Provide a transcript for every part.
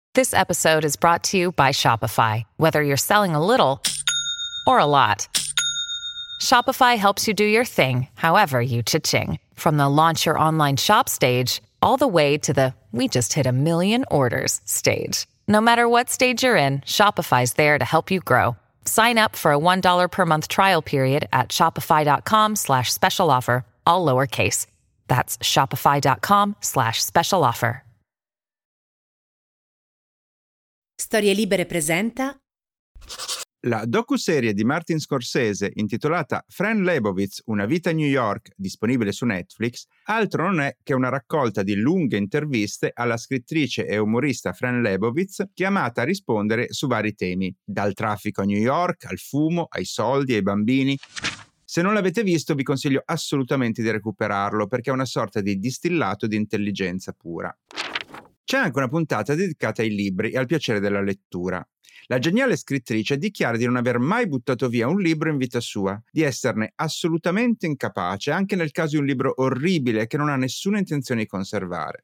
This episode is brought to you by Shopify. Whether you're selling a little or a lot, Shopify helps you do your thing, however you cha-ching. From the launch your online shop stage, all the way to the we just hit 1 million orders stage. No matter what stage you're in, Shopify's there to help you grow. Sign up for a $1 per month trial period at shopify.com/special offer, all lowercase. That's shopify.com/special offer. Storie Libere presenta La docuserie di Martin Scorsese intitolata Fran Lebowitz, Una vita a New York, disponibile su Netflix, altro non è che una raccolta di lunghe interviste alla scrittrice e umorista Fran Lebowitz, chiamata a rispondere su vari temi, dal traffico a New York, al fumo, ai soldi, ai bambini. Se non l'avete visto, vi consiglio assolutamente di recuperarlo, perché è una sorta di distillato di intelligenza pura. C'è anche una puntata dedicata ai libri e al piacere della lettura. La geniale scrittrice dichiara di non aver mai buttato via un libro in vita sua, di esserne assolutamente incapace anche nel caso di un libro orribile che non ha nessuna intenzione di conservare.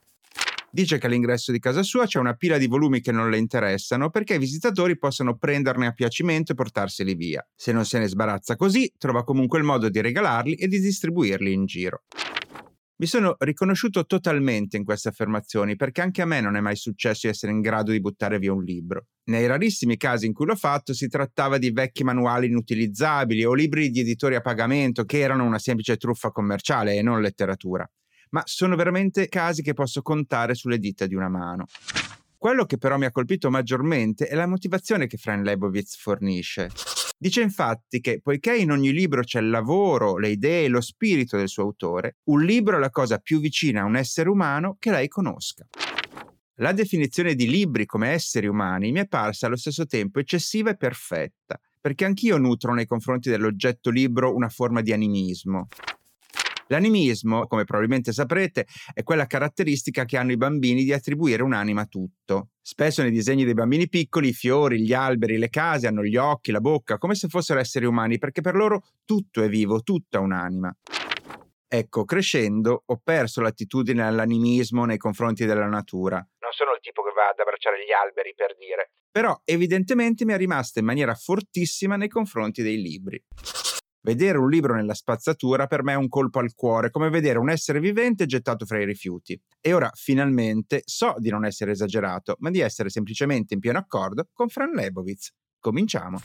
Dice che all'ingresso di casa sua c'è una pila di volumi che non le interessano perché i visitatori possono prenderne a piacimento e portarseli via. Se non se ne sbarazza così, trova comunque il modo di regalarli e di distribuirli in giro. Mi sono riconosciuto totalmente in queste affermazioni perché anche a me non è mai successo di essere in grado di buttare via un libro. Nei rarissimi casi in cui l'ho fatto si trattava di vecchi manuali inutilizzabili o libri di editori a pagamento che erano una semplice truffa commerciale e non letteratura. Ma sono veramente casi che posso contare sulle dita di una mano. Quello che però mi ha colpito maggiormente è la motivazione che Fran Lebowitz fornisce. Dice infatti che, poiché in ogni libro c'è il lavoro, le idee e lo spirito del suo autore, un libro è la cosa più vicina a un essere umano che lei conosca. La definizione di libri come esseri umani mi è parsa allo stesso tempo eccessiva e perfetta, perché anch'io nutro nei confronti dell'oggetto libro una forma di animismo. L'animismo, come probabilmente saprete, è quella caratteristica che hanno i bambini di attribuire un'anima a tutto. Spesso nei disegni dei bambini piccoli i fiori, gli alberi, le case hanno gli occhi, la bocca, come se fossero esseri umani, perché per loro tutto è vivo, tutto ha un'anima. Ecco, crescendo ho perso l'attitudine all'animismo nei confronti della natura. Non sono il tipo che va ad abbracciare gli alberi, per dire. Però evidentemente mi è rimasta in maniera fortissima nei confronti dei libri. Vedere un libro nella spazzatura per me è un colpo al cuore, come vedere un essere vivente gettato fra i rifiuti. E ora, finalmente, so di non essere esagerato, ma di essere semplicemente in pieno accordo con Fran Lebowitz. Cominciamo.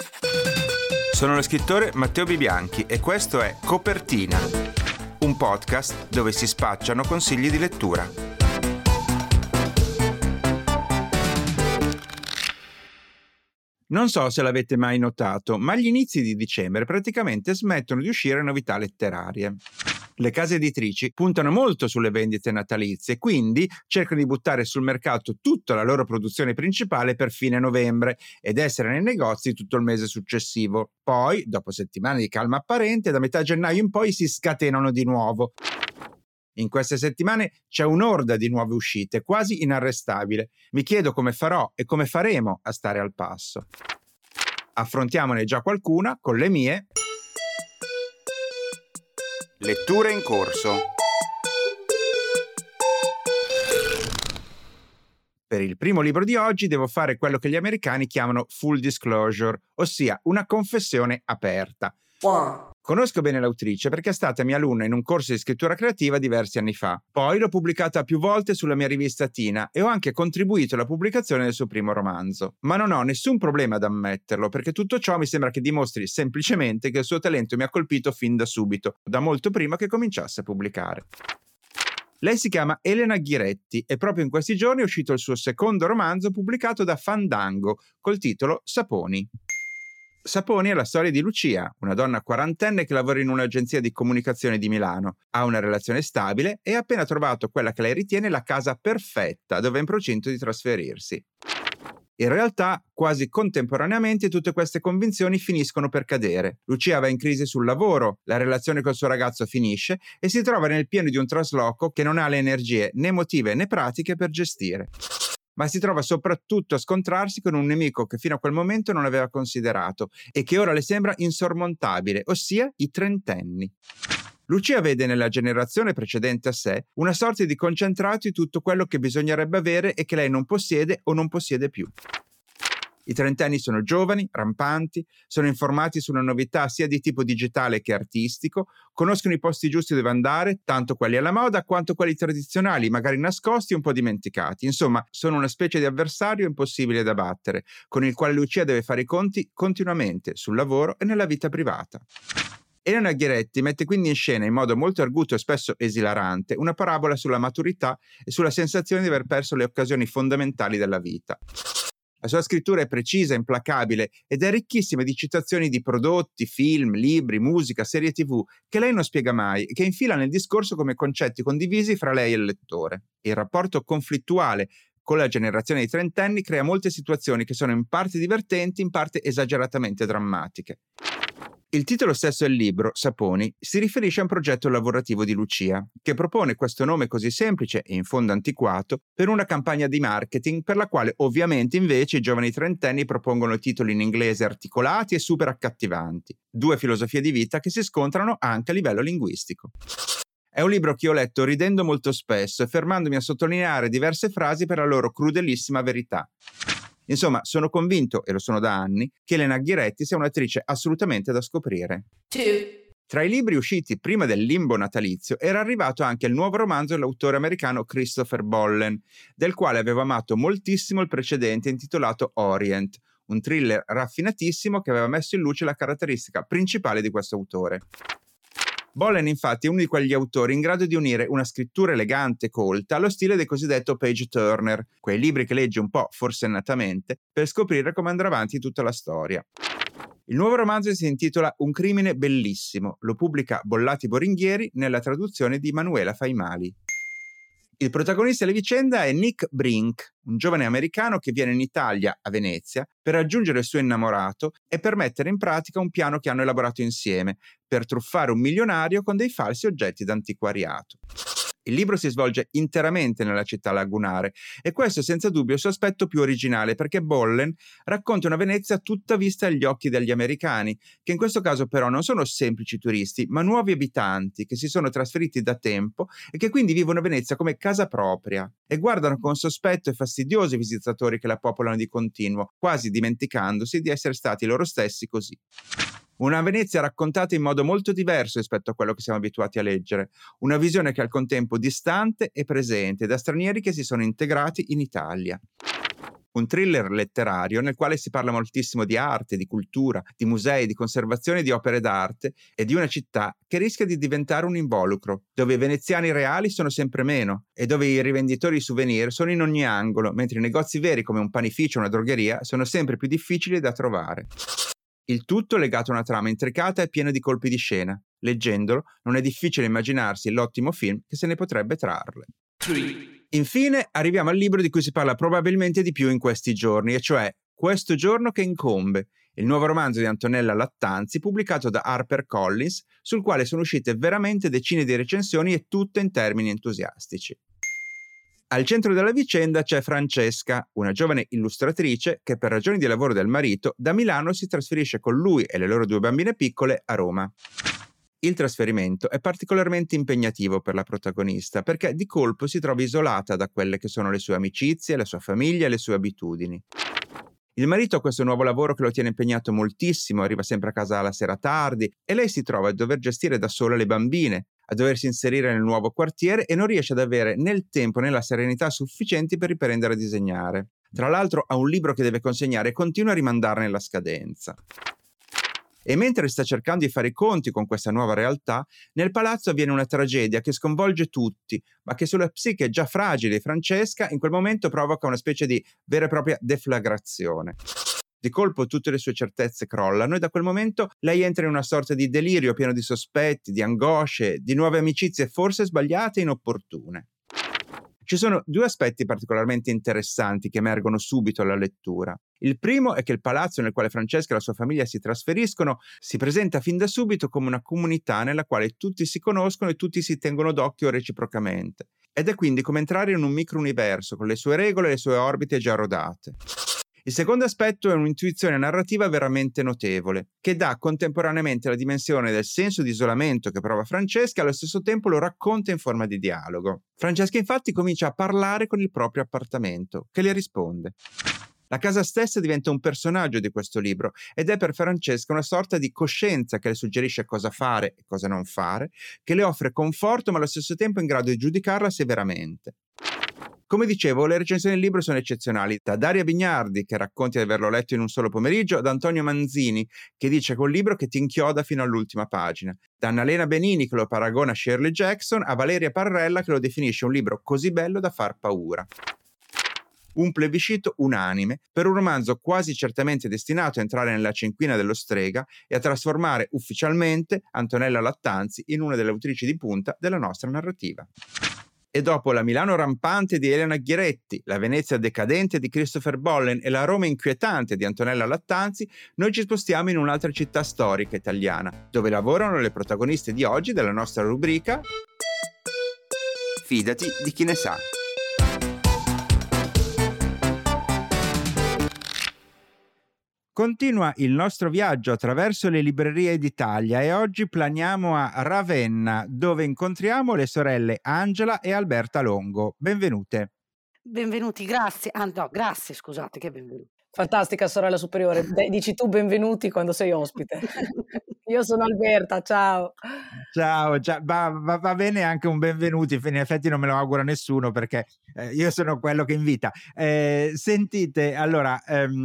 Sono lo scrittore Matteo Bibianchi e questo è Copertina, un podcast dove si spacciano consigli di lettura. Non so se l'avete mai notato, ma agli inizi di dicembre praticamente smettono di uscire novità letterarie. Le case editrici puntano molto sulle vendite natalizie, quindi cercano di buttare sul mercato tutta la loro produzione principale per fine novembre ed essere nei negozi tutto il mese successivo. Poi, dopo settimane di calma apparente, da metà gennaio in poi si scatenano di nuovo. In queste settimane c'è un'orda di nuove uscite, quasi inarrestabile. Mi chiedo come farò e come faremo a stare al passo. Affrontiamone già qualcuna con le mie letture in corso. Per il primo libro di oggi devo fare quello che gli americani chiamano full disclosure, ossia una confessione aperta. Conosco bene l'autrice perché è stata mia alunna in un corso di scrittura creativa diversi anni fa. Poi l'ho pubblicata più volte sulla mia rivista Tina e ho anche contribuito alla pubblicazione del suo primo romanzo. Ma non ho nessun problema ad ammetterlo, perché tutto ciò mi sembra che dimostri semplicemente che il suo talento mi ha colpito fin da subito, da molto prima che cominciasse a pubblicare. Lei si chiama Elena Ghiretti e proprio in questi giorni è uscito il suo secondo romanzo pubblicato da Fandango col titolo Saponi. Saponi è la storia di Lucia, una donna quarantenne che lavora in un'agenzia di comunicazione di Milano, ha una relazione stabile e ha appena trovato quella che lei ritiene la casa perfetta dove è in procinto di trasferirsi. In realtà, quasi contemporaneamente, tutte queste convinzioni finiscono per cadere. Lucia va in crisi sul lavoro, la relazione col suo ragazzo finisce e si trova nel pieno di un trasloco che non ha le energie né emotive né pratiche per gestire. Ma si trova soprattutto a scontrarsi con un nemico che fino a quel momento non aveva considerato e che ora le sembra insormontabile, ossia i trentenni. Lucia vede nella generazione precedente a sé una sorta di concentrato di tutto quello che bisognerebbe avere e che lei non possiede o non possiede più. I trentenni sono giovani, rampanti, sono informati sulle novità sia di tipo digitale che artistico, conoscono i posti giusti dove andare, tanto quelli alla moda quanto quelli tradizionali, magari nascosti e un po' dimenticati. Insomma, sono una specie di avversario impossibile da battere, con il quale Lucia deve fare i conti continuamente, sul lavoro e nella vita privata. Elena Ghiretti mette quindi in scena in modo molto arguto e spesso esilarante una parabola sulla maturità e sulla sensazione di aver perso le occasioni fondamentali della vita. La sua scrittura è precisa, implacabile ed è ricchissima di citazioni di prodotti, film, libri, musica, serie TV che lei non spiega mai e che infila nel discorso come concetti condivisi fra lei e il lettore. Il rapporto conflittuale con la generazione dei trentenni crea molte situazioni che sono in parte divertenti, in parte esageratamente drammatiche. Il titolo stesso del libro, Saponi, si riferisce a un progetto lavorativo di Lucia, che propone questo nome così semplice e in fondo antiquato per una campagna di marketing per la quale ovviamente invece i giovani trentenni propongono titoli in inglese articolati e super accattivanti, due filosofie di vita che si scontrano anche a livello linguistico. È un libro che ho letto ridendo molto spesso e fermandomi a sottolineare diverse frasi per la loro crudelissima verità. Insomma, sono convinto, e lo sono da anni, che Elena Ghiretti sia un'attrice assolutamente da scoprire. Tra i libri usciti prima del limbo natalizio era arrivato anche il nuovo romanzo dell'autore americano Christopher Bollen, del quale avevo amato moltissimo il precedente intitolato Orient, un thriller raffinatissimo che aveva messo in luce la caratteristica principale di questo autore. Bollen infatti è uno di quegli autori in grado di unire una scrittura elegante e colta allo stile del cosiddetto page turner, quei libri che leggi un po' forsennatamente per scoprire come andrà avanti tutta la storia. Il nuovo romanzo si intitola Un crimine bellissimo, lo pubblica Bollati Boringhieri nella traduzione di Manuela Faimali. Il protagonista della vicenda è Nick Brink, un giovane americano che viene in Italia, a Venezia, per raggiungere il suo innamorato e per mettere in pratica un piano che hanno elaborato insieme, per truffare un milionario con dei falsi oggetti d'antiquariato. Il libro si svolge interamente nella città lagunare e questo è senza dubbio il suo aspetto più originale perché Bollen racconta una Venezia tutta vista agli occhi degli americani, che in questo caso però non sono semplici turisti, ma nuovi abitanti che si sono trasferiti da tempo e che quindi vivono a Venezia come casa propria e guardano con sospetto e fastidioso i visitatori che la popolano di continuo, quasi dimenticandosi di essere stati loro stessi così. Una Venezia raccontata in modo molto diverso rispetto a quello che siamo abituati a leggere, una visione che è al contempo distante e presente da stranieri che si sono integrati in Italia. Un thriller letterario nel quale si parla moltissimo di arte, di cultura, di musei, di conservazione di opere d'arte e di una città che rischia di diventare un involucro, dove i veneziani reali sono sempre meno e dove i rivenditori di souvenir sono in ogni angolo, mentre i negozi veri come un panificio o una drogheria sono sempre più difficili da trovare. Il tutto legato a una trama intricata e piena di colpi di scena. Leggendolo, non è difficile immaginarsi l'ottimo film che se ne potrebbe trarre. Infine, arriviamo al libro di cui si parla probabilmente di più in questi giorni, e cioè Questo giorno che incombe, il nuovo romanzo di Antonella Lattanzi pubblicato da HarperCollins, sul quale sono uscite veramente decine di recensioni e tutte in termini entusiastici. Al centro della vicenda c'è Francesca, una giovane illustratrice che per ragioni di lavoro del marito da Milano si trasferisce con lui e le loro due bambine piccole a Roma. Il trasferimento è particolarmente impegnativo per la protagonista perché di colpo si trova isolata da quelle che sono le sue amicizie, la sua famiglia e le sue abitudini. Il marito ha questo nuovo lavoro che lo tiene impegnato moltissimo, arriva sempre a casa la sera tardi e lei si trova a dover gestire da sola le bambine, a doversi inserire nel nuovo quartiere e non riesce ad avere né il tempo né la serenità sufficienti per riprendere a disegnare. Tra l'altro ha un libro che deve consegnare e continua a rimandarne la scadenza. E mentre sta cercando di fare i conti con questa nuova realtà, nel palazzo avviene una tragedia che sconvolge tutti, ma che sulla psiche già fragile di Francesca in quel momento provoca una specie di vera e propria deflagrazione. Di colpo tutte le sue certezze crollano e da quel momento lei entra in una sorta di delirio pieno di sospetti, di angosce, di nuove amicizie forse sbagliate e inopportune. Ci sono due aspetti particolarmente interessanti che emergono subito alla lettura. Il primo è che il palazzo nel quale Francesca e la sua famiglia si trasferiscono si presenta fin da subito come una comunità nella quale tutti si conoscono e tutti si tengono d'occhio reciprocamente. Ed è quindi come entrare in un microuniverso con le sue regole e le sue orbite già rodate. Il secondo aspetto è un'intuizione narrativa veramente notevole, che dà contemporaneamente la dimensione del senso di isolamento che prova Francesca e allo stesso tempo lo racconta in forma di dialogo. Francesca infatti comincia a parlare con il proprio appartamento, che le risponde. La casa stessa diventa un personaggio di questo libro ed è per Francesca una sorta di coscienza che le suggerisce cosa fare e cosa non fare, che le offre conforto ma allo stesso tempo è in grado di giudicarla severamente. Come dicevo, le recensioni del libro sono eccezionali, da Daria Bignardi, che racconta di averlo letto in un solo pomeriggio, ad Antonio Manzini, che dice che è un libro che ti inchioda fino all'ultima pagina, da Annalena Benini, che lo paragona a Shirley Jackson, a Valeria Parrella, che lo definisce un libro così bello da far paura. Un plebiscito unanime per un romanzo quasi certamente destinato a entrare nella cinquina dello Strega e a trasformare ufficialmente Antonella Lattanzi in una delle autrici di punta della nostra narrativa. E dopo la Milano rampante di Elena Ghiretti, la Venezia decadente di Christopher Bollen e la Roma inquietante di Antonella Lattanzi, noi ci spostiamo in un'altra città storica italiana, dove lavorano le protagoniste di oggi della nostra rubrica Fidati di chi ne sa. Continua il nostro viaggio attraverso le librerie d'Italia e oggi planiamo a Ravenna, dove incontriamo le sorelle Angela e Alberta Longo. Benvenute. Benvenuti, grazie. Ah, no, grazie, scusate, che benvenuti. Fantastica sorella superiore, dici tu benvenuti quando sei ospite. Io sono Alberta, ciao. Ciao, va bene anche un benvenuti, in effetti non me lo augura nessuno perché io sono quello che invita. Sentite, allora,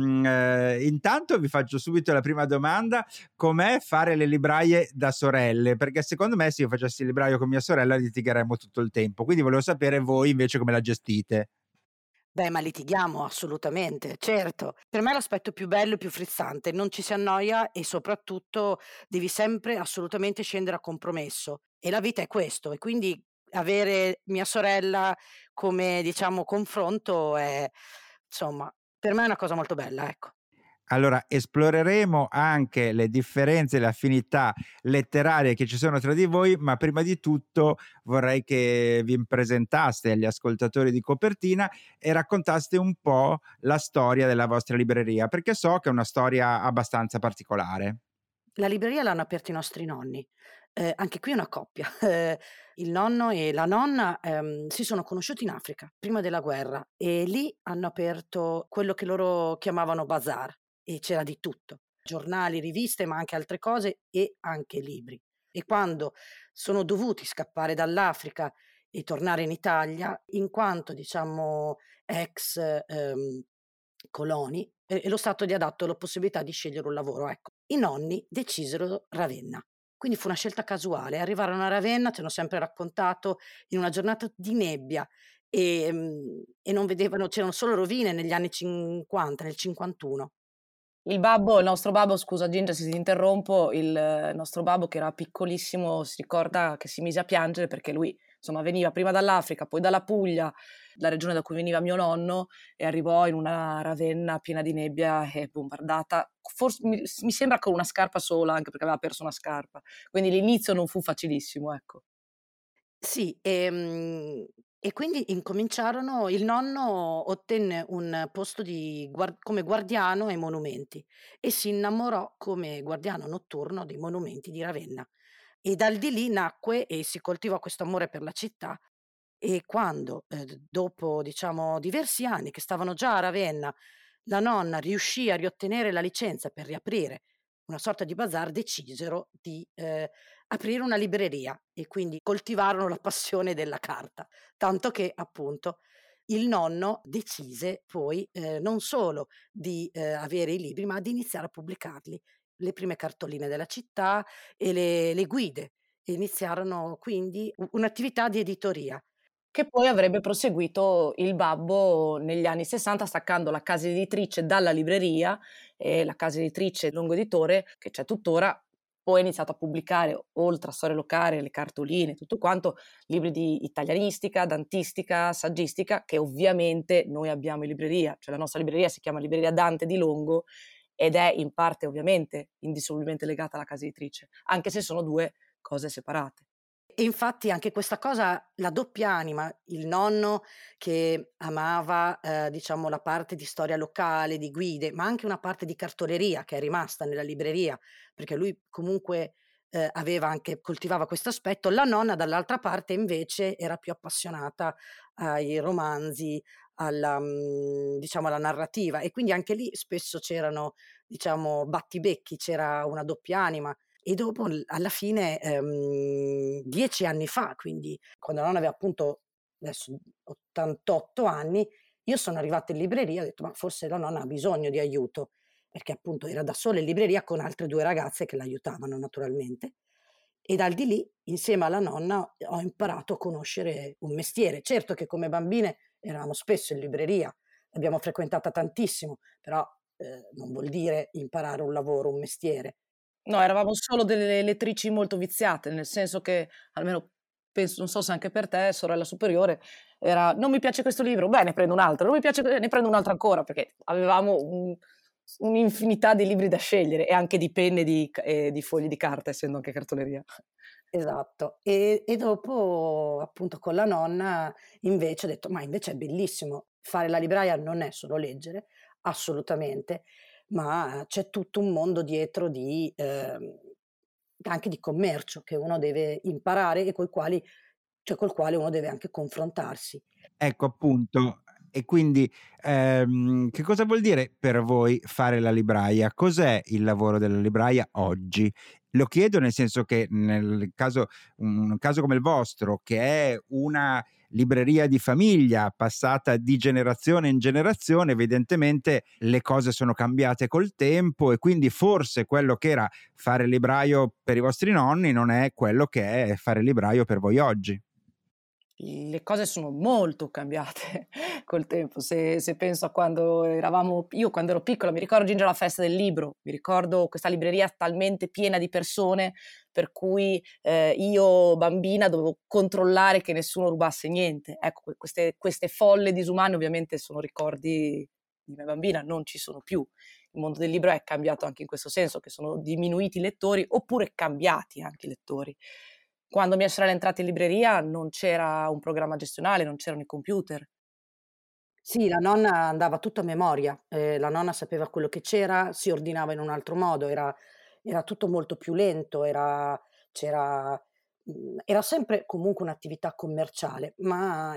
intanto vi faccio subito la prima domanda: com'è fare le libraie da sorelle? Perché secondo me se io facessi il libraio con mia sorella litigheremmo tutto il tempo, quindi volevo sapere voi invece come la gestite. Beh, ma litighiamo assolutamente, certo. Per me è l'aspetto più bello e più frizzante, non ci si annoia e soprattutto devi sempre assolutamente scendere a compromesso. E la vita è questo, e quindi avere mia sorella come, diciamo, confronto è, insomma, per me è una cosa molto bella, ecco. Allora, esploreremo anche le differenze e le affinità letterarie che ci sono tra di voi, ma prima di tutto vorrei che vi presentaste agli ascoltatori di Copertina e raccontaste un po' la storia della vostra libreria, perché so che è una storia abbastanza particolare. La libreria l'hanno aperta i nostri nonni, anche qui è una coppia. Il nonno e la nonna, si sono conosciuti in Africa prima della guerra e lì hanno aperto quello che loro chiamavano bazar e c'era di tutto, giornali, riviste, ma anche altre cose e anche libri. E quando sono dovuti scappare dall'Africa e tornare in Italia, in quanto diciamo ex, coloni, e lo Stato gli ha dato la possibilità di scegliere un lavoro, ecco. I nonni decisero Ravenna. Quindi fu una scelta casuale. Arrivarono a Ravenna, ti hanno sempre raccontato, in una giornata di nebbia e non vedevano, c'erano solo rovine negli anni 50, nel 51. Il nostro babbo, scusa Ginger se ti interrompo, il nostro babbo che era piccolissimo si ricorda che si mise a piangere perché lui insomma veniva prima dall'Africa, poi dalla Puglia, la regione da cui veniva mio nonno, e arrivò in una Ravenna piena di nebbia e bombardata, forse mi sembra con una scarpa sola, anche perché aveva perso una scarpa, quindi l'inizio non fu facilissimo, ecco. Sì, e quindi incominciarono, il nonno ottenne un posto di come guardiano ai monumenti e si innamorò come guardiano notturno dei monumenti di Ravenna. E dal di lì nacque e si coltivò questo amore per la città e quando, dopo diciamo diversi anni che stavano già a Ravenna, la nonna riuscì a riottenere la licenza per riaprire una sorta di bazar, decisero di, aprire una libreria e quindi coltivarono la passione della carta, tanto che appunto il nonno decise poi, non solo di, avere i libri, ma di iniziare a pubblicarli. Le prime cartoline della città e le guide. E iniziarono quindi un'attività di editoria. Che poi avrebbe proseguito il babbo negli anni '60 staccando la casa editrice dalla libreria e la casa editrice Longo Editore, che c'è tuttora, poi ha iniziato a pubblicare, oltre a storia locale, le cartoline, tutto quanto, libri di italianistica, dantistica, saggistica, che ovviamente noi abbiamo in libreria. Cioè la nostra libreria si chiama Libreria Dante di Longo ed è in parte ovviamente indissolubilmente legata alla casa editrice, anche se sono due cose separate. E infatti anche questa cosa, la doppia anima, il nonno che amava, diciamo, la parte di storia locale, di guide, ma anche una parte di cartoleria che è rimasta nella libreria, perché lui comunque coltivava questo aspetto. La nonna dall'altra parte invece era più appassionata ai romanzi, diciamo alla narrativa, e quindi anche lì spesso c'erano, diciamo, battibecchi, c'era una doppia anima. E dopo alla fine, 10 anni fa, quindi quando la nonna aveva appunto adesso 88 anni, io sono arrivata in libreria e ho detto: "Ma forse la nonna ha bisogno di aiuto", perché appunto era da sola in libreria con altre 2 ragazze che l'aiutavano naturalmente. E dal di lì, insieme alla nonna, ho imparato a conoscere un mestiere. Certo che come bambine eravamo spesso in libreria, l'abbiamo frequentata tantissimo, però, non vuol dire imparare un lavoro, un mestiere. No, eravamo solo delle lettrici molto viziate, nel senso che, almeno penso, non so se anche per te, sorella superiore, era: "Non mi piace questo libro, beh, ne prendo un altro, non mi piace ne prendo un altro ancora", perché avevamo un'infinità di libri da scegliere e anche di penne e di fogli di carta, essendo anche cartoleria. Esatto. E dopo appunto con la nonna invece ho detto: "Ma invece è bellissimo, fare la libraia non è solo leggere, assolutamente, ma c'è tutto un mondo dietro di anche di commercio che uno deve imparare e col quale uno deve anche confrontarsi". Ecco, appunto. E quindi, che cosa vuol dire per voi fare la libraia? Cos'è il lavoro della libraia oggi? Lo chiedo nel senso che nel caso un caso come il vostro, che è una libreria di famiglia passata di generazione in generazione, evidentemente le cose sono cambiate col tempo e quindi forse quello che era fare il libraio per i vostri nonni non è quello che è fare il libraio per voi oggi. Le cose sono molto cambiate col tempo. Se penso a quando quando ero piccola, mi ricordo Ginger la festa del libro, mi ricordo questa libreria talmente piena di persone per cui, io bambina dovevo controllare che nessuno rubasse niente. Ecco, queste folle disumane ovviamente sono ricordi di me bambina, non ci sono più. Il mondo del libro è cambiato anche in questo senso, che sono diminuiti i lettori oppure cambiati anche i lettori. Quando mia sorella è entrata in libreria non c'era un programma gestionale, non c'erano i computer. Sì, la nonna andava tutto a memoria, la nonna sapeva quello che c'era, si ordinava in un altro modo, era tutto molto più lento, c'era era sempre comunque un'attività commerciale, ma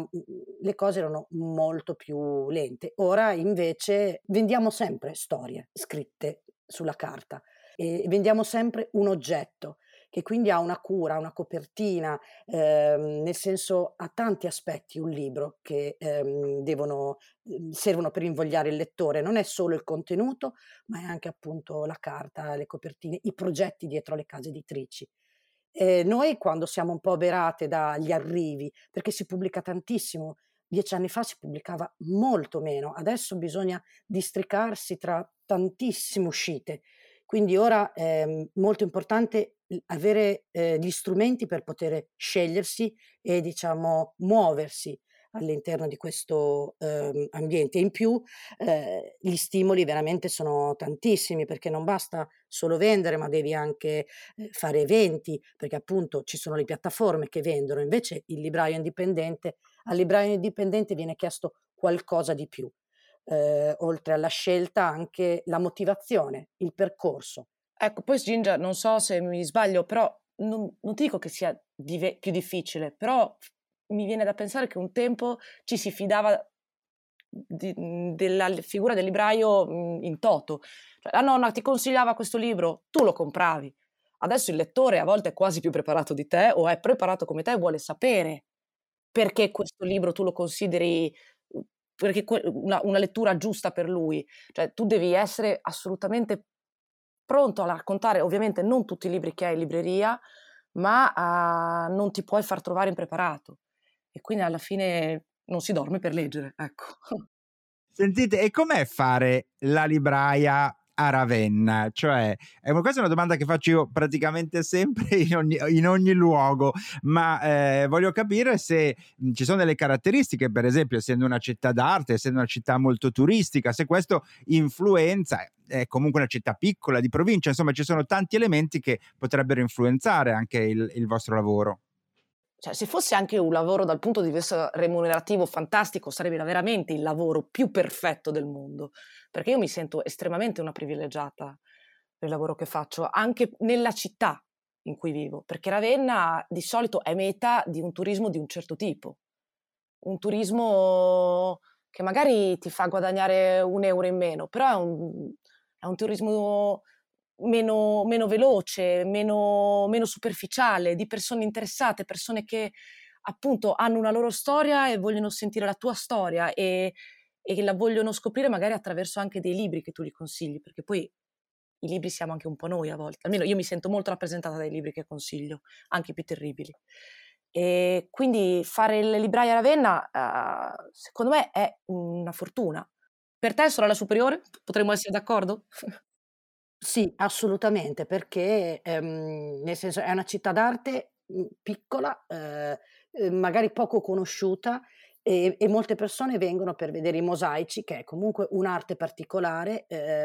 le cose erano molto più lente. Ora invece vendiamo sempre storie scritte sulla carta e vendiamo sempre un oggetto che quindi ha una cura, una copertina, nel senso ha tanti aspetti un libro che, servono per invogliare il lettore. Non è solo il contenuto, ma è anche appunto la carta, le copertine, i progetti dietro le case editrici. Noi quando siamo un po' berate dagli arrivi, perché si pubblica tantissimo, 10 anni fa si pubblicava molto meno, adesso bisogna districarsi tra tantissime uscite. Quindi ora è molto importante avere gli strumenti per poter scegliersi e diciamo muoversi all'interno di questo ambiente. In più gli stimoli veramente sono tantissimi perché non basta solo vendere, ma devi anche fare eventi, perché appunto ci sono le piattaforme che vendono, invece al libraio indipendente viene chiesto qualcosa di più. Oltre alla scelta anche la motivazione, il percorso. Ecco, poi Ginger, non so se mi sbaglio, però non ti dico che sia più difficile, però mi viene da pensare che un tempo ci si fidava della figura del libraio in toto. Cioè, la nonna ti consigliava questo libro, tu lo compravi. Adesso il lettore a volte è quasi più preparato di te o è preparato come te e vuole sapere perché questo libro tu lo consideri, perché una lettura giusta per lui. Cioè, tu devi essere assolutamente pronto a raccontare, ovviamente non tutti i libri che hai in libreria, ma non ti puoi far trovare impreparato. E quindi alla fine non si dorme per leggere, ecco. Sentite, e com'è fare la libraia a Ravenna? Cioè, questa è una domanda che faccio io praticamente sempre in ogni luogo, ma voglio capire se ci sono delle caratteristiche, per esempio, essendo una città d'arte, essendo una città molto turistica, se questo influenza, è comunque una città piccola, di provincia, insomma ci sono tanti elementi che potrebbero influenzare anche il vostro lavoro. cioè, se fosse anche un lavoro dal punto di vista remunerativo fantastico, sarebbe veramente il lavoro più perfetto del mondo, perché io mi sento estremamente una privilegiata per il lavoro che faccio, anche nella città in cui vivo, perché Ravenna di solito è meta di un turismo di un certo tipo, un turismo che magari ti fa guadagnare €1 in meno, però è un turismo meno veloce, meno superficiale, di persone interessate, persone che appunto hanno una loro storia e vogliono sentire la tua storia e la vogliono scoprire magari attraverso anche dei libri che tu gli consigli, perché poi i libri siamo anche un po' noi a volte, almeno io mi sento molto rappresentata dai libri che consiglio, anche i più terribili. E quindi fare il libraio a Ravenna, secondo me è una fortuna. Per te, sorella superiore? Potremmo essere d'accordo? Sì, assolutamente, perché, nel senso è una città d'arte, piccola, magari poco conosciuta e molte persone vengono per vedere i mosaici, che è comunque un'arte particolare,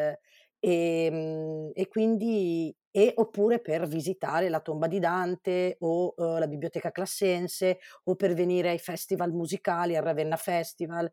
e quindi oppure per visitare la tomba di Dante o, la Biblioteca Classense o per venire ai festival musicali, al Ravenna Festival,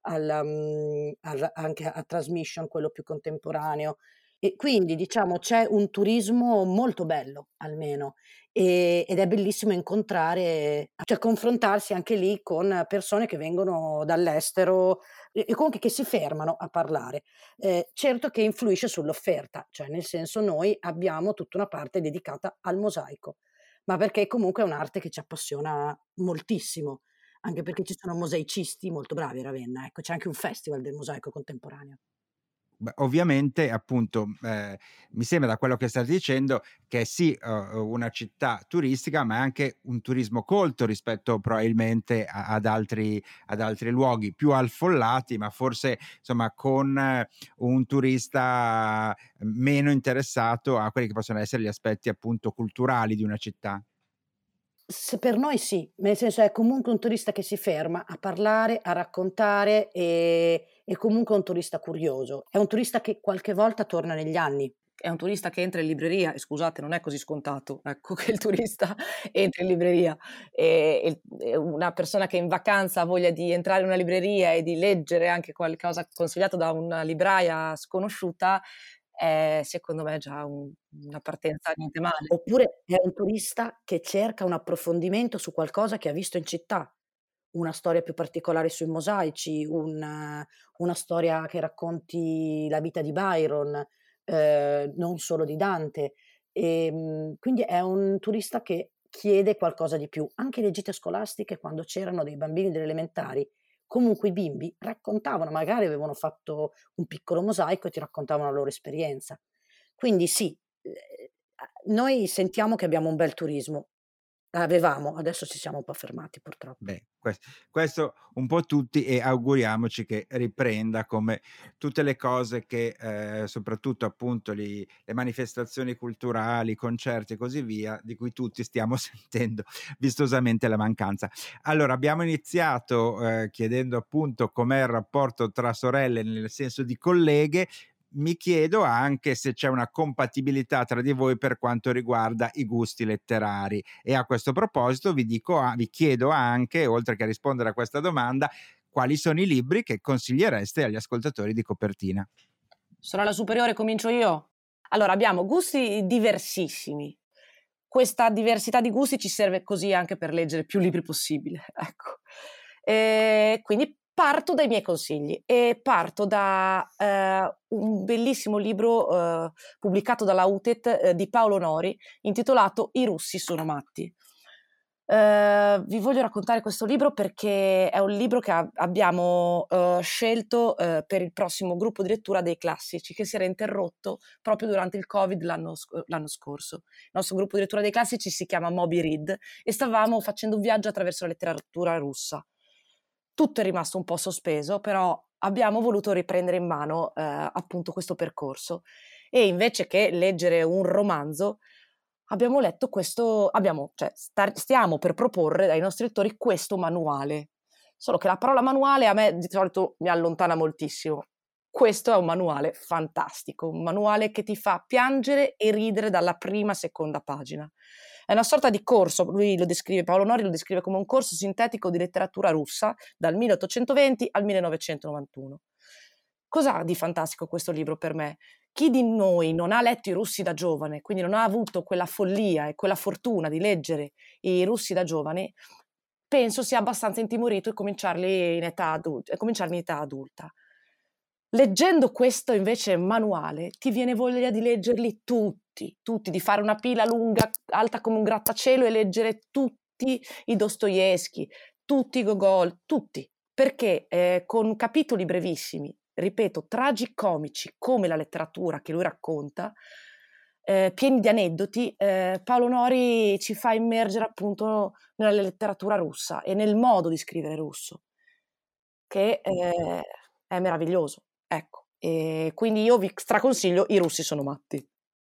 anche a Transmission, quello più contemporaneo. E quindi diciamo c'è un turismo molto bello almeno, ed è bellissimo incontrare cioè confrontarsi anche lì con persone che vengono dall'estero e comunque che si fermano a parlare. Certo che influisce sull'offerta, cioè nel senso noi abbiamo tutta una parte dedicata al mosaico, ma perché comunque è un'arte che ci appassiona moltissimo, anche perché ci sono mosaicisti molto bravi a Ravenna, ecco, c'è anche un festival del mosaico contemporaneo. Beh, ovviamente appunto, mi sembra da quello che state dicendo che sì, una città turistica, ma è anche un turismo colto rispetto probabilmente ad altri luoghi più affollati, ma forse insomma con un turista meno interessato a quelli che possono essere gli aspetti appunto culturali di una città. Se per noi sì, nel senso è comunque un turista che si ferma a parlare, a raccontare, e comunque è un turista curioso. È un turista che qualche volta torna negli anni. È un turista che entra in libreria e scusate, non è così scontato, ecco, che il turista entri in libreria. E una persona che in vacanza ha voglia di entrare in una libreria e di leggere anche qualcosa consigliato da una libraia sconosciuta, è secondo me già una partenza niente male. Oppure è un turista che cerca un approfondimento su qualcosa che ha visto in città, una storia più particolare sui mosaici, una storia che racconti la vita di Byron, non solo di Dante. Quindi è un turista che chiede qualcosa di più. Anche le gite scolastiche, quando c'erano dei bambini delle elementari, comunque i bimbi raccontavano, magari avevano fatto un piccolo mosaico e ti raccontavano la loro esperienza. Quindi sì, noi sentiamo che abbiamo un bel turismo. Avevamo, adesso ci siamo un po' fermati purtroppo. Beh, questo un po' tutti e auguriamoci che riprenda come tutte le cose che, soprattutto appunto le manifestazioni culturali, i concerti e così via, di cui tutti stiamo sentendo vistosamente la mancanza. Allora abbiamo iniziato, chiedendo appunto com'è il rapporto tra sorelle, nel senso di colleghe. Mi chiedo anche se c'è una compatibilità tra di voi per quanto riguarda i gusti letterari. E a questo proposito vi chiedo anche, oltre che a rispondere a questa domanda, quali sono i libri che consigliereste agli ascoltatori di Copertina? Sorella superiore, comincio io? Allora, abbiamo gusti diversissimi. Questa diversità di gusti ci serve così anche per leggere più libri possibile, ecco. Quindi parto dai miei consigli e parto da un bellissimo libro pubblicato dalla UTET di Paolo Nori, intitolato I russi sono matti. Vi voglio raccontare questo libro perché è un libro che abbiamo scelto per il prossimo gruppo di lettura dei classici, che si era interrotto proprio durante il Covid l'anno scorso. Il nostro gruppo di lettura dei classici si chiama Moby Read e stavamo facendo un viaggio attraverso la letteratura russa. Tutto è rimasto un po' sospeso, però abbiamo voluto riprendere in mano appunto questo percorso e invece che leggere un romanzo abbiamo letto questo, stiamo per proporre ai nostri lettori questo manuale. Solo che la parola manuale a me di solito mi allontana moltissimo. Questo è un manuale fantastico, un manuale che ti fa piangere e ridere dalla prima seconda pagina. È una sorta di corso, Paolo Nori lo descrive come un corso sintetico di letteratura russa dal 1820 al 1991. Cos'ha di fantastico questo libro per me? Chi di noi non ha letto i russi da giovane, quindi non ha avuto quella follia e quella fortuna di leggere i russi da giovane, penso sia abbastanza intimorito e cominciarli in età adulta. Leggendo questo invece manuale ti viene voglia di leggerli tutti, di fare una pila lunga, alta come un grattacielo e leggere tutti i Dostoevskij, tutti i Gogol, tutti, perché con capitoli brevissimi, ripeto, tragicomici come la letteratura che lui racconta, pieni di aneddoti, Paolo Nori ci fa immergere appunto nella letteratura russa e nel modo di scrivere russo, che è meraviglioso. Ecco, e quindi io vi straconsiglio I russi sono matti.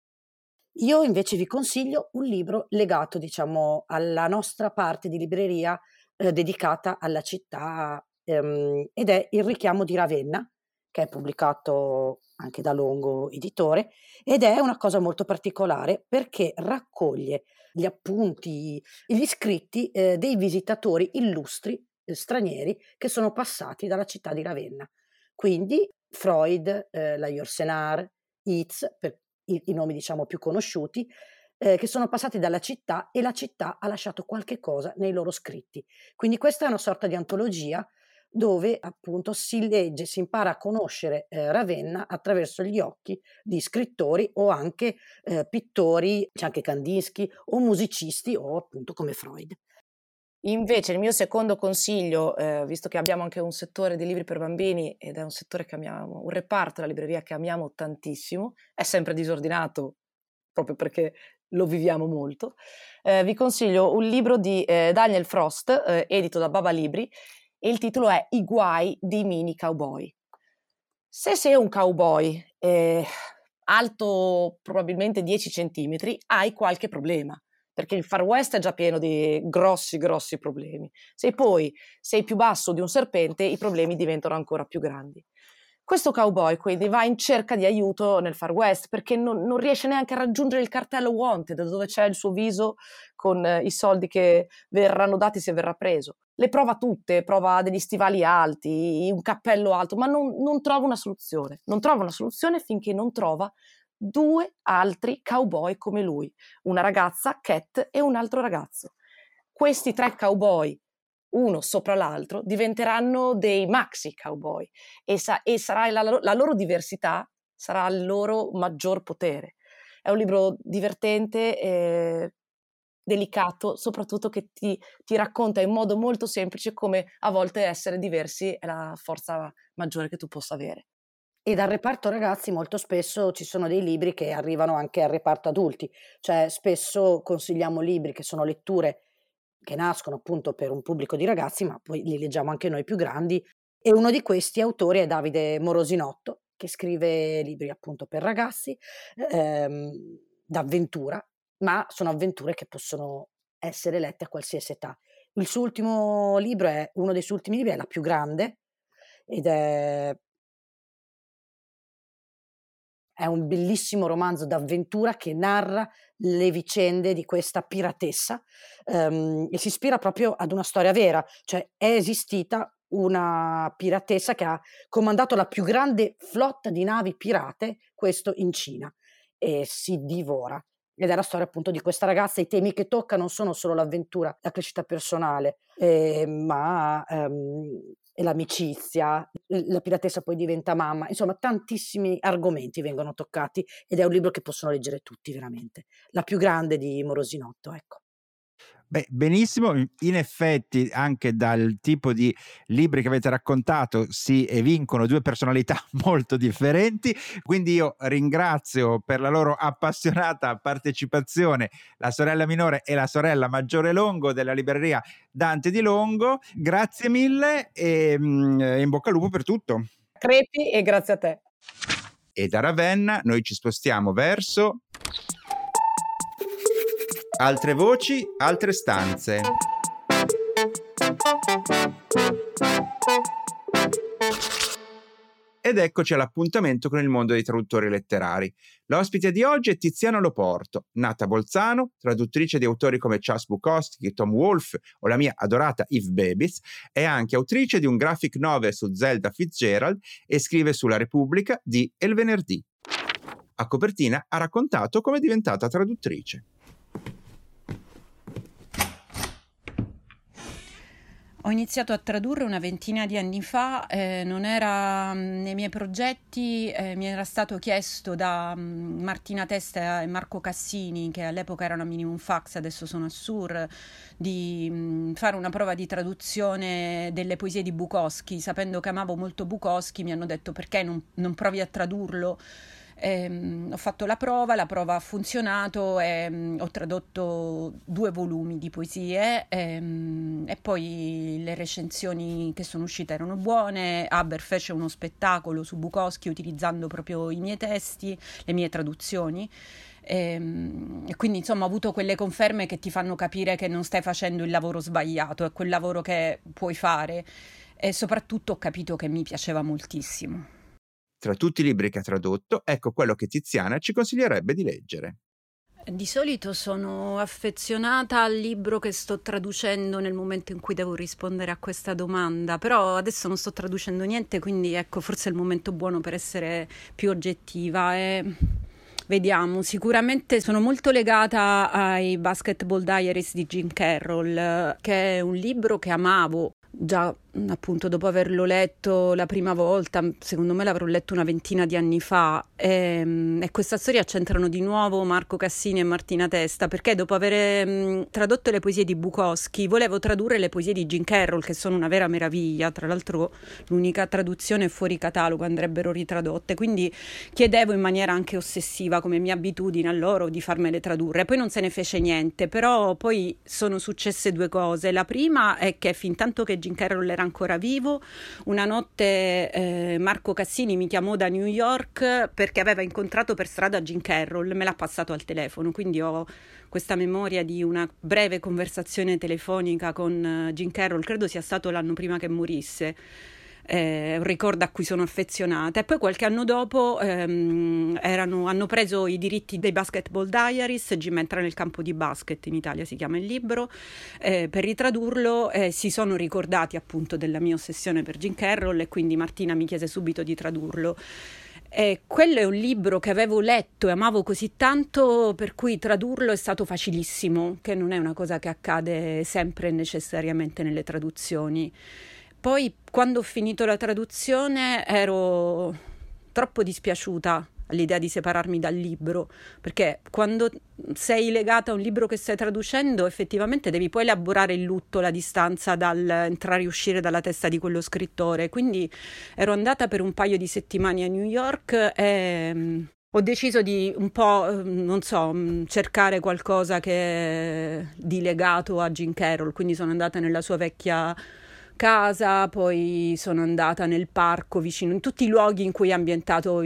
Io invece vi consiglio un libro legato, diciamo, alla nostra parte di libreria dedicata alla città, ed è Il richiamo di Ravenna, che è pubblicato anche da Longo Editore, ed è una cosa molto particolare perché raccoglie gli appunti, gli scritti dei visitatori illustri stranieri che sono passati dalla città di Ravenna. Quindi Freud, la Yourcenar, Yeats, per i nomi diciamo più conosciuti, che sono passati dalla città e la città ha lasciato qualche cosa nei loro scritti. Quindi questa è una sorta di antologia dove appunto si legge, si impara a conoscere Ravenna attraverso gli occhi di scrittori o anche pittori, c'è anche Kandinsky, o musicisti o appunto come Freud. Invece il mio secondo consiglio, visto che abbiamo anche un settore di libri per bambini ed è un settore che amiamo, un reparto della libreria che amiamo tantissimo, è sempre disordinato proprio perché lo viviamo molto, vi consiglio un libro di Daniel Frost, edito da Baba Libri, e il titolo è I guai dei mini cowboy. Se sei un cowboy alto probabilmente 10 centimetri, hai qualche problema, perché il Far West è già pieno di grossi problemi. Se poi sei più basso di un serpente, i problemi diventano ancora più grandi. Questo cowboy quindi va in cerca di aiuto nel Far West perché non riesce neanche a raggiungere il cartello wanted, dove c'è il suo viso con i soldi che verranno dati se verrà preso. Le prova tutte, prova degli stivali alti, un cappello alto, ma non trova una soluzione. Non trova una soluzione finché non trova 2 altri cowboy come lui, una ragazza, Cat, e un altro ragazzo. Questi 3 cowboy, uno sopra l'altro, diventeranno dei maxi cowboy e sarà la loro diversità sarà il loro maggior potere. È un libro divertente, delicato, soprattutto che ti racconta in modo molto semplice come a volte essere diversi è la forza maggiore che tu possa avere. E dal reparto ragazzi molto spesso ci sono dei libri che arrivano anche al reparto adulti, cioè spesso consigliamo libri che sono letture che nascono appunto per un pubblico di ragazzi, ma poi li leggiamo anche noi più grandi, e uno di questi autori è Davide Morosinotto, che scrive libri appunto per ragazzi, d'avventura, ma sono avventure che possono essere lette a qualsiasi età. Il suo ultimo libro uno dei suoi ultimi libri è La più grande, ed è un bellissimo romanzo d'avventura che narra le vicende di questa piratessa, e si ispira proprio ad una storia vera, cioè è esistita una piratessa che ha comandato la più grande flotta di navi pirate, questo in Cina, e si divora. Ed è la storia appunto di questa ragazza. I temi che tocca non sono solo l'avventura, la crescita personale, ma l'amicizia, la piratessa poi diventa mamma, insomma tantissimi argomenti vengono toccati ed è un libro che possono leggere tutti veramente. La più grande di Morosinotto, ecco. Beh, benissimo, in effetti anche dal tipo di libri che avete raccontato si evincono 2 personalità molto differenti, quindi io ringrazio per la loro appassionata partecipazione la sorella minore e la sorella maggiore Longo della libreria Dante di Longo. Grazie mille e in bocca al lupo per tutto. Crepi e grazie a te. E da Ravenna noi ci spostiamo verso altre voci, altre stanze. Ed eccoci all'appuntamento con il mondo dei traduttori letterari. L'ospite di oggi è Tiziana Loporto, nata a Bolzano, traduttrice di autori come Charles Bukowski, Tom Wolfe o la mia adorata Eve Babbitt, è anche autrice di un graphic novel su Zelda Fitzgerald e scrive sulla Repubblica di El Venerdì. A copertina ha raccontato come è diventata traduttrice. Ho iniziato a tradurre una ventina di anni fa, non era nei miei progetti, mi era stato chiesto da Martina Testa e Marco Cassini, che all'epoca erano a Minimum Fax, adesso sono a SUR, di fare una prova di traduzione delle poesie di Bukowski. Sapendo che amavo molto Bukowski, mi hanno detto: perché non provi a tradurlo? Ho fatto la prova ha funzionato e ho tradotto 2 volumi di poesie e poi le recensioni che sono uscite erano buone. Haber fece uno spettacolo su Bukowski utilizzando proprio i miei testi, le mie traduzioni. E quindi insomma ho avuto quelle conferme che ti fanno capire che non stai facendo il lavoro sbagliato, è quel lavoro che puoi fare, e soprattutto ho capito che mi piaceva moltissimo. Tra tutti i libri che ha tradotto, ecco quello che Tiziana ci consiglierebbe di leggere. Di solito sono affezionata al libro che sto traducendo nel momento in cui devo rispondere a questa domanda, però adesso non sto traducendo niente, quindi ecco, forse è il momento buono per essere più oggettiva. Vediamo, sicuramente sono molto legata ai Basketball Diaries di Jim Carroll, che è un libro che amavo già appunto dopo averlo letto la prima volta. Secondo me l'avrò letto una ventina di anni fa, e questa storia c'entrano di nuovo Marco Cassini e Martina Testa, perché dopo aver tradotto le poesie di Bukowski volevo tradurre le poesie di Jim Carroll, che sono una vera meraviglia. Tra l'altro l'unica traduzione fuori catalogo, andrebbero ritradotte, quindi chiedevo in maniera anche ossessiva, come mia abitudine a loro, di farmele tradurre. Poi non se ne fece niente, però poi sono successe 2 cose. La prima è che fintanto che Jim Carroll era ancora vivo, una notte Marco Cassini mi chiamò da New York perché aveva incontrato per strada Jim Carroll, me l'ha passato al telefono, quindi ho questa memoria di una breve conversazione telefonica con Jim Carroll, credo sia stato l'anno prima che morisse. Un ricordo a cui sono affezionata. E poi qualche anno dopo hanno preso i diritti dei Basketball Diaries, Jim entra nel campo di basket, in Italia si chiama il libro, per ritradurlo, si sono ricordati appunto della mia ossessione per Jim Carroll, e quindi Martina mi chiese subito di tradurlo. Quello è un libro che avevo letto e amavo così tanto, per cui tradurlo è stato facilissimo, che non è una cosa che accade sempre necessariamente nelle traduzioni. Poi, quando ho finito la traduzione, ero troppo dispiaciuta all'idea di separarmi dal libro, perché quando sei legata a un libro che stai traducendo, effettivamente devi poi elaborare il lutto, la distanza dal entrare e uscire dalla testa di quello scrittore. Quindi ero andata per un paio di settimane a New York e ho deciso di un po', non so, cercare qualcosa che di legato a Jim Carroll, quindi sono andata nella sua vecchia casa, poi sono andata nel parco vicino, in tutti i luoghi in cui è ambientato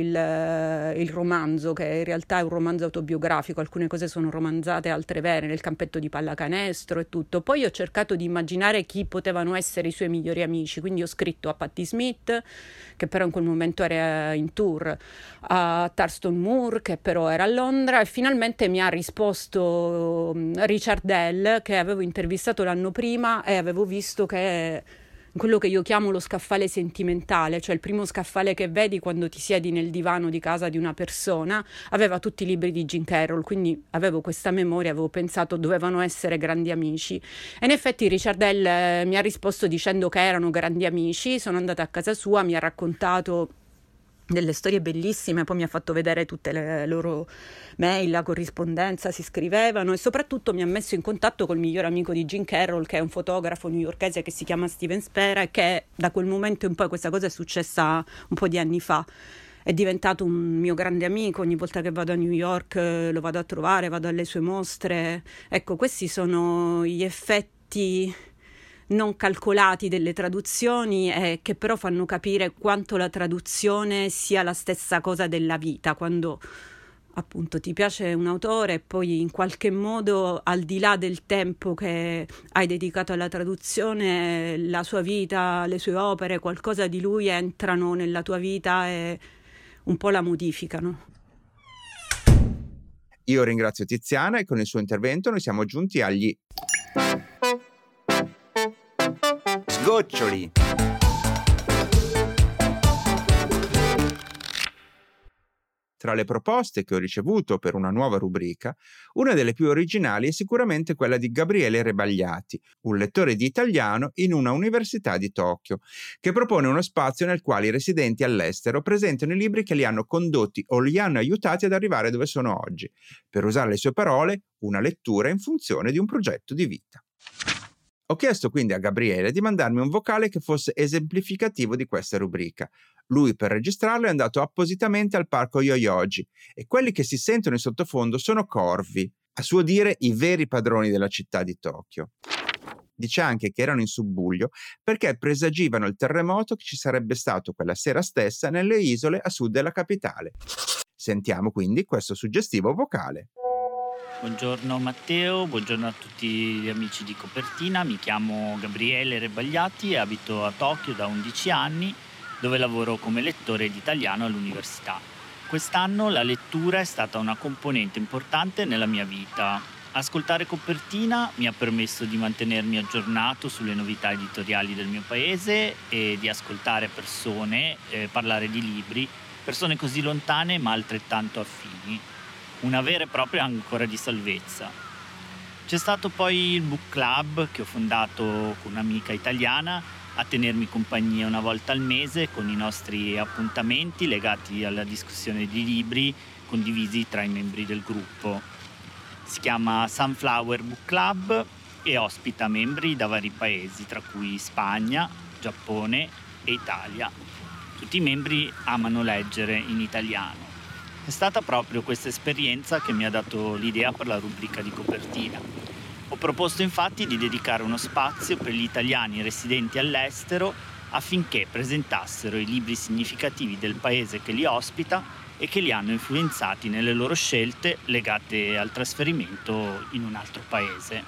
il romanzo, che in realtà è un romanzo autobiografico, alcune cose sono romanzate, altre vere, nel campetto di pallacanestro e tutto. Poi ho cercato di immaginare chi potevano essere i suoi migliori amici, quindi ho scritto a Patti Smith, che però in quel momento era in tour, a Thurston Moore, che però era a Londra, e finalmente mi ha risposto Richard Dell, che avevo intervistato l'anno prima e avevo visto che quello che io chiamo lo scaffale sentimentale, cioè il primo scaffale che vedi quando ti siedi nel divano di casa di una persona, aveva tutti i libri di Jim Carroll, quindi avevo questa memoria, avevo pensato dovevano essere grandi amici, e in effetti Richard Dell mi ha risposto dicendo che erano grandi amici. Sono andata a casa sua, mi ha raccontato delle storie bellissime, poi mi ha fatto vedere tutte le loro mail, la corrispondenza, si scrivevano, e soprattutto mi ha messo in contatto col miglior amico di Jim Carroll, che è un fotografo newyorkese che si chiama Steven Spera, e che da quel momento in poi, questa cosa è successa un po' di anni fa, è diventato un mio grande amico. Ogni volta che vado a New York lo vado a trovare, vado alle sue mostre. Ecco, questi sono gli effetti non calcolati delle traduzioni, che però fanno capire quanto la traduzione sia la stessa cosa della vita, quando appunto ti piace un autore e poi in qualche modo, al di là del tempo che hai dedicato alla traduzione, la sua vita, le sue opere, qualcosa di lui entrano nella tua vita e un po' la modificano. Io ringrazio Tiziana e con il suo intervento noi siamo giunti agli sgoccioli. Tra le proposte che ho ricevuto per una nuova rubrica, una delle più originali è sicuramente quella di Gabriele Rebagliati, un lettore di italiano in una università di Tokyo, che propone uno spazio nel quale i residenti all'estero presentano i libri che li hanno condotti o li hanno aiutati ad arrivare dove sono oggi. Per usare le sue parole, una lettura in funzione di un progetto di vita. Ho chiesto quindi a Gabriele di mandarmi un vocale che fosse esemplificativo di questa rubrica. Lui, per registrarlo, è andato appositamente al parco Yoyogi e quelli che si sentono in sottofondo sono corvi, a suo dire i veri padroni della città di Tokyo. Dice anche che erano in subbuglio perché presagivano il terremoto che ci sarebbe stato quella sera stessa nelle isole a sud della capitale. Sentiamo quindi questo suggestivo vocale. Buongiorno Matteo, buongiorno a tutti gli amici di Copertina, mi chiamo Gabriele Rebagliati e abito a Tokyo da 11 anni, dove lavoro come lettore di italiano all'università. Quest'anno la lettura è stata una componente importante nella mia vita. Ascoltare Copertina mi ha permesso di mantenermi aggiornato sulle novità editoriali del mio paese e di ascoltare persone parlare di libri, persone così lontane ma altrettanto affini. Una vera e propria ancora di salvezza. C'è stato poi il book club che ho fondato con un'amica italiana a tenermi compagnia una volta al mese con i nostri appuntamenti legati alla discussione di libri condivisi tra i membri del gruppo. Si chiama Sunflower Book Club e ospita membri da vari paesi, tra cui Spagna, Giappone e Italia. Tutti i membri amano leggere in italiano. È stata proprio questa esperienza che mi ha dato l'idea per la rubrica di Copertina. Ho proposto infatti di dedicare uno spazio per gli italiani residenti all'estero affinché presentassero i libri significativi del paese che li ospita e che li hanno influenzati nelle loro scelte legate al trasferimento in un altro paese.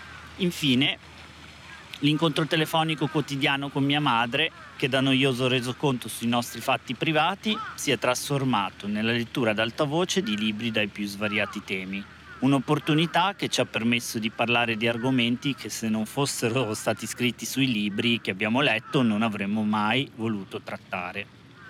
Infine, l'incontro telefonico quotidiano con mia madre, che da noioso resoconto sui nostri fatti privati si è trasformato nella lettura ad alta voce di libri dai più svariati temi. Un'opportunità che ci ha permesso di parlare di argomenti che, se non fossero stati scritti sui libri che abbiamo letto, non avremmo mai voluto trattare.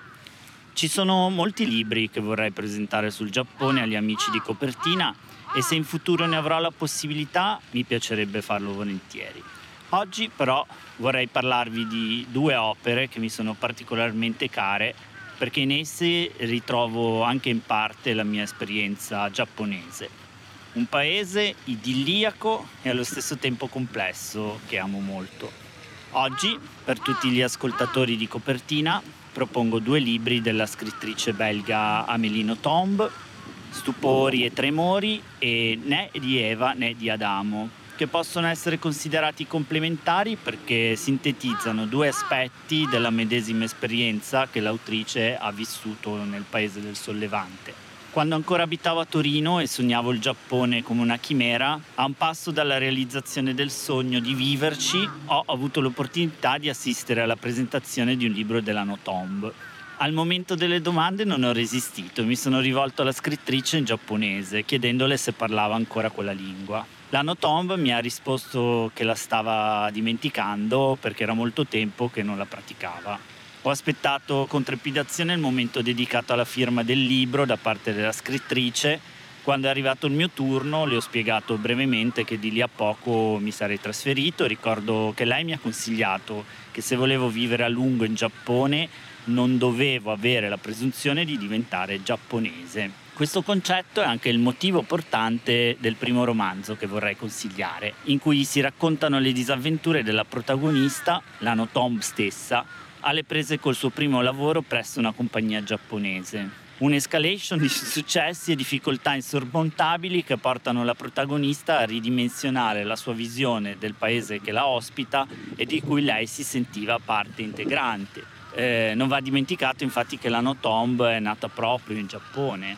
Ci sono molti libri che vorrei presentare sul Giappone agli amici di Copertina e se in futuro ne avrò la possibilità mi piacerebbe farlo volentieri. Oggi però vorrei parlarvi di due opere che mi sono particolarmente care perché in esse ritrovo anche in parte la mia esperienza giapponese. Un paese idilliaco e allo stesso tempo complesso che amo molto. Oggi, per tutti gli ascoltatori di Copertina, propongo due libri della scrittrice belga Amélie Nothomb, Stupori e tremori e Né di Eva né di Adamo, che possono essere considerati complementari perché sintetizzano due aspetti della medesima esperienza che l'autrice ha vissuto nel paese del Sollevante. Quando ancora abitavo a Torino e sognavo il Giappone come una chimera, a un passo dalla realizzazione del sogno di viverci, ho avuto l'opportunità di assistere alla presentazione di un libro della Nothomb. Al momento delle domande non ho resistito e mi sono rivolto alla scrittrice in giapponese, chiedendole se parlava ancora quella lingua. La Nothomb mi ha risposto che la stava dimenticando perché era molto tempo che non la praticava. Ho aspettato con trepidazione il momento dedicato alla firma del libro da parte della scrittrice. Quando è arrivato il mio turno le ho spiegato brevemente che di lì a poco mi sarei trasferito. Ricordo che lei mi ha consigliato che se volevo vivere a lungo in Giappone non dovevo avere la presunzione di diventare giapponese. Questo concetto è anche il motivo portante del primo romanzo che vorrei consigliare, in cui si raccontano le disavventure della protagonista, la Nothomb stessa, alle prese col suo primo lavoro presso una compagnia giapponese. Un'escalation di successi e difficoltà insormontabili che portano la protagonista a ridimensionare la sua visione del paese che la ospita e di cui lei si sentiva parte integrante. Non va dimenticato infatti che la Nothomb è nata proprio in Giappone.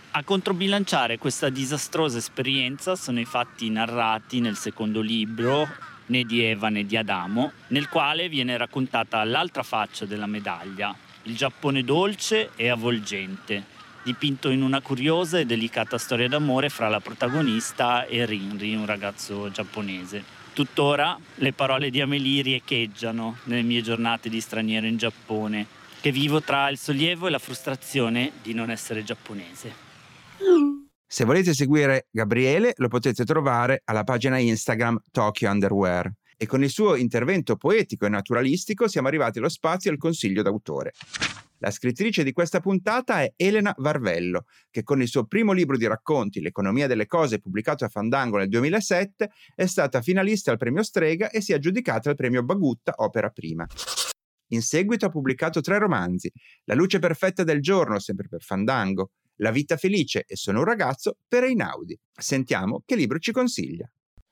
A controbilanciare questa disastrosa esperienza sono i fatti narrati nel secondo libro, Né di Eva né di Adamo, nel quale viene raccontata l'altra faccia della medaglia, il Giappone dolce e avvolgente, dipinto in una curiosa e delicata storia d'amore fra la protagonista e Rinri, un ragazzo giapponese. Tuttora le parole di Amélie riecheggiano nelle mie giornate di straniero in Giappone, che vivo tra il sollievo e la frustrazione di non essere giapponese. Se volete seguire Gabriele, lo potete trovare alla pagina Instagram Tokyo Underwear. E con il suo intervento poetico e naturalistico siamo arrivati allo spazio al consiglio d'autore. La scrittrice di questa puntata è Elena Varvello, che con il suo primo libro di racconti, L'economia delle cose, pubblicato a Fandango nel 2007, è stata finalista al premio Strega e si è aggiudicata il premio Bagutta Opera Prima. In seguito ha pubblicato 3 romanzi: La luce perfetta del giorno, sempre per Fandango, La vita felice e Sono un ragazzo, per Einaudi. Sentiamo che libro ci consiglia.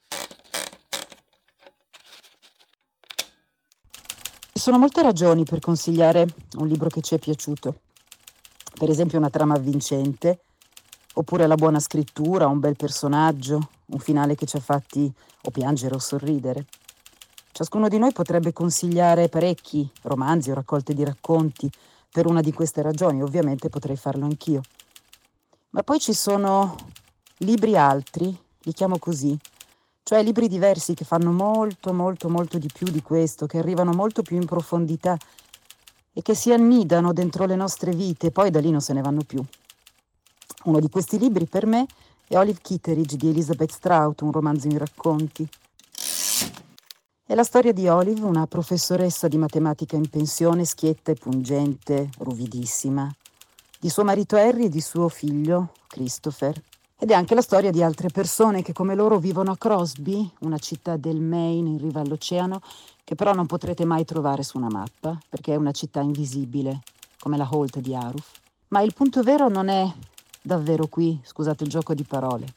Ci sono molte ragioni per consigliare un libro che ci è piaciuto. Per esempio una trama avvincente, oppure la buona scrittura, un bel personaggio, un finale che ci ha fatti o piangere o sorridere. Ciascuno di noi potrebbe consigliare parecchi romanzi o raccolte di racconti per una di queste ragioni, ovviamente potrei farlo anch'io. Ma poi ci sono libri altri, li chiamo così, cioè libri diversi che fanno molto, molto, molto di più di questo, che arrivano molto più in profondità e che si annidano dentro le nostre vite e poi da lì non se ne vanno più. Uno di questi libri per me è Olive Kitteridge di Elizabeth Strout, un romanzo in racconti. È la storia di Olive, una professoressa di matematica in pensione, schietta e pungente, ruvidissima, di suo marito Harry e di suo figlio Christopher. Ed è anche la storia di altre persone che come loro vivono a Crosby, una città del Maine in riva all'oceano, che però non potrete mai trovare su una mappa, perché è una città invisibile, come la Holt di Aruf. Ma il punto vero non è davvero qui, scusate il gioco di parole.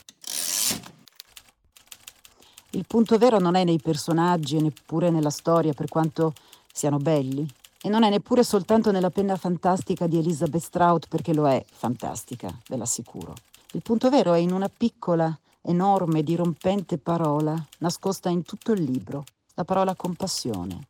Il punto vero non è nei personaggi e neppure nella storia, per quanto siano belli. E non è neppure soltanto nella penna fantastica di Elizabeth Strout, perché lo è fantastica, ve l'assicuro. Il punto vero è in una piccola, enorme, dirompente parola nascosta in tutto il libro, la parola compassione.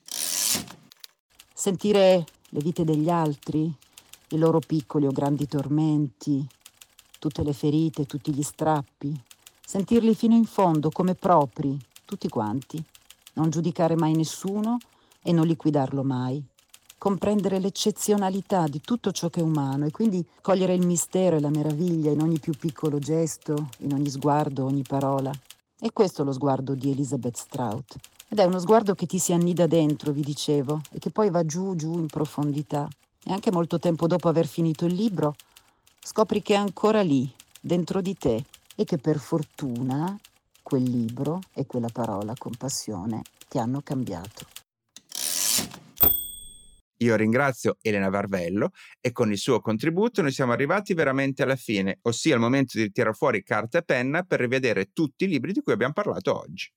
Sentire le vite degli altri, i loro piccoli o grandi tormenti, tutte le ferite, tutti gli strappi, sentirli fino in fondo come propri, tutti quanti, non giudicare mai nessuno e non liquidarlo mai, comprendere l'eccezionalità di tutto ciò che è umano e quindi cogliere il mistero e la meraviglia in ogni più piccolo gesto, in ogni sguardo, ogni parola. E questo è lo sguardo di Elizabeth Strout. Ed è uno sguardo che ti si annida dentro, vi dicevo, e che poi va giù in profondità. E anche molto tempo dopo aver finito il libro, scopri che è ancora lì, dentro di te, e che per fortuna quel libro e quella parola compassione ti hanno cambiato. Io ringrazio Elena Varvello e con il suo contributo noi siamo arrivati veramente alla fine, ossia il momento di tirare fuori carta e penna per rivedere tutti i libri di cui abbiamo parlato oggi.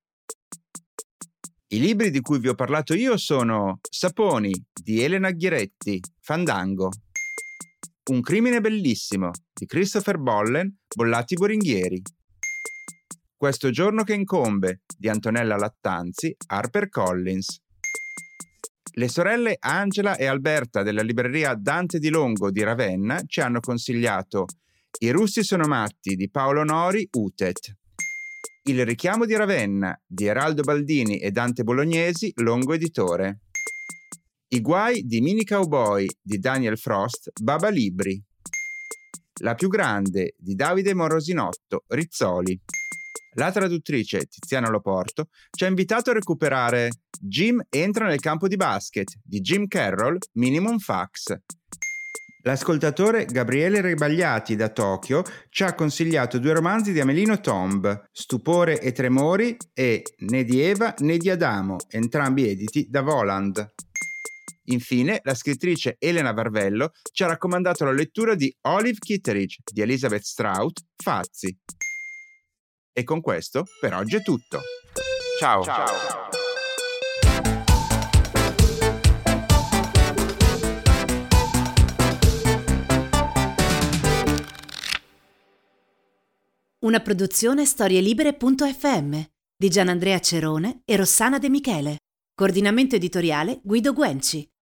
I libri di cui vi ho parlato io sono Saponi di Elena Ghiretti, Fandango, Un crimine bellissimo di Christopher Bollen, Bollati Boringhieri, Questo giorno che incombe di Antonella Lattanzi, HarperCollins, Le sorelle Angela e Alberta della libreria Dante di Longo di Ravenna ci hanno consigliato I russi sono matti di Paolo Nori, Utet, Il richiamo di Ravenna di Eraldo Baldini e Dante Bolognesi, Longo Editore, I guai di Mini Cowboy di Daniel Frost, Baba Libri, La più grande di Davide Morosinotto, Rizzoli. La traduttrice Tiziana Loporto ci ha invitato a recuperare Jim entra nel campo di basket di Jim Carroll, Minimum Fax. L'ascoltatore Gabriele Rebagliati da Tokyo ci ha consigliato 2 romanzi di Amelino Tomb, Stupore e Tremori e Né di Eva né di Adamo, entrambi editi da Voland. Infine, la scrittrice Elena Varvello ci ha raccomandato la lettura di Olive Kitteridge di Elizabeth Strout, Fazzi. E con questo per oggi è tutto. Ciao. Una produzione storielibere.fm di Gianandrea Cerone e Rossana De Michele. Coordinamento editoriale Guido Guenci.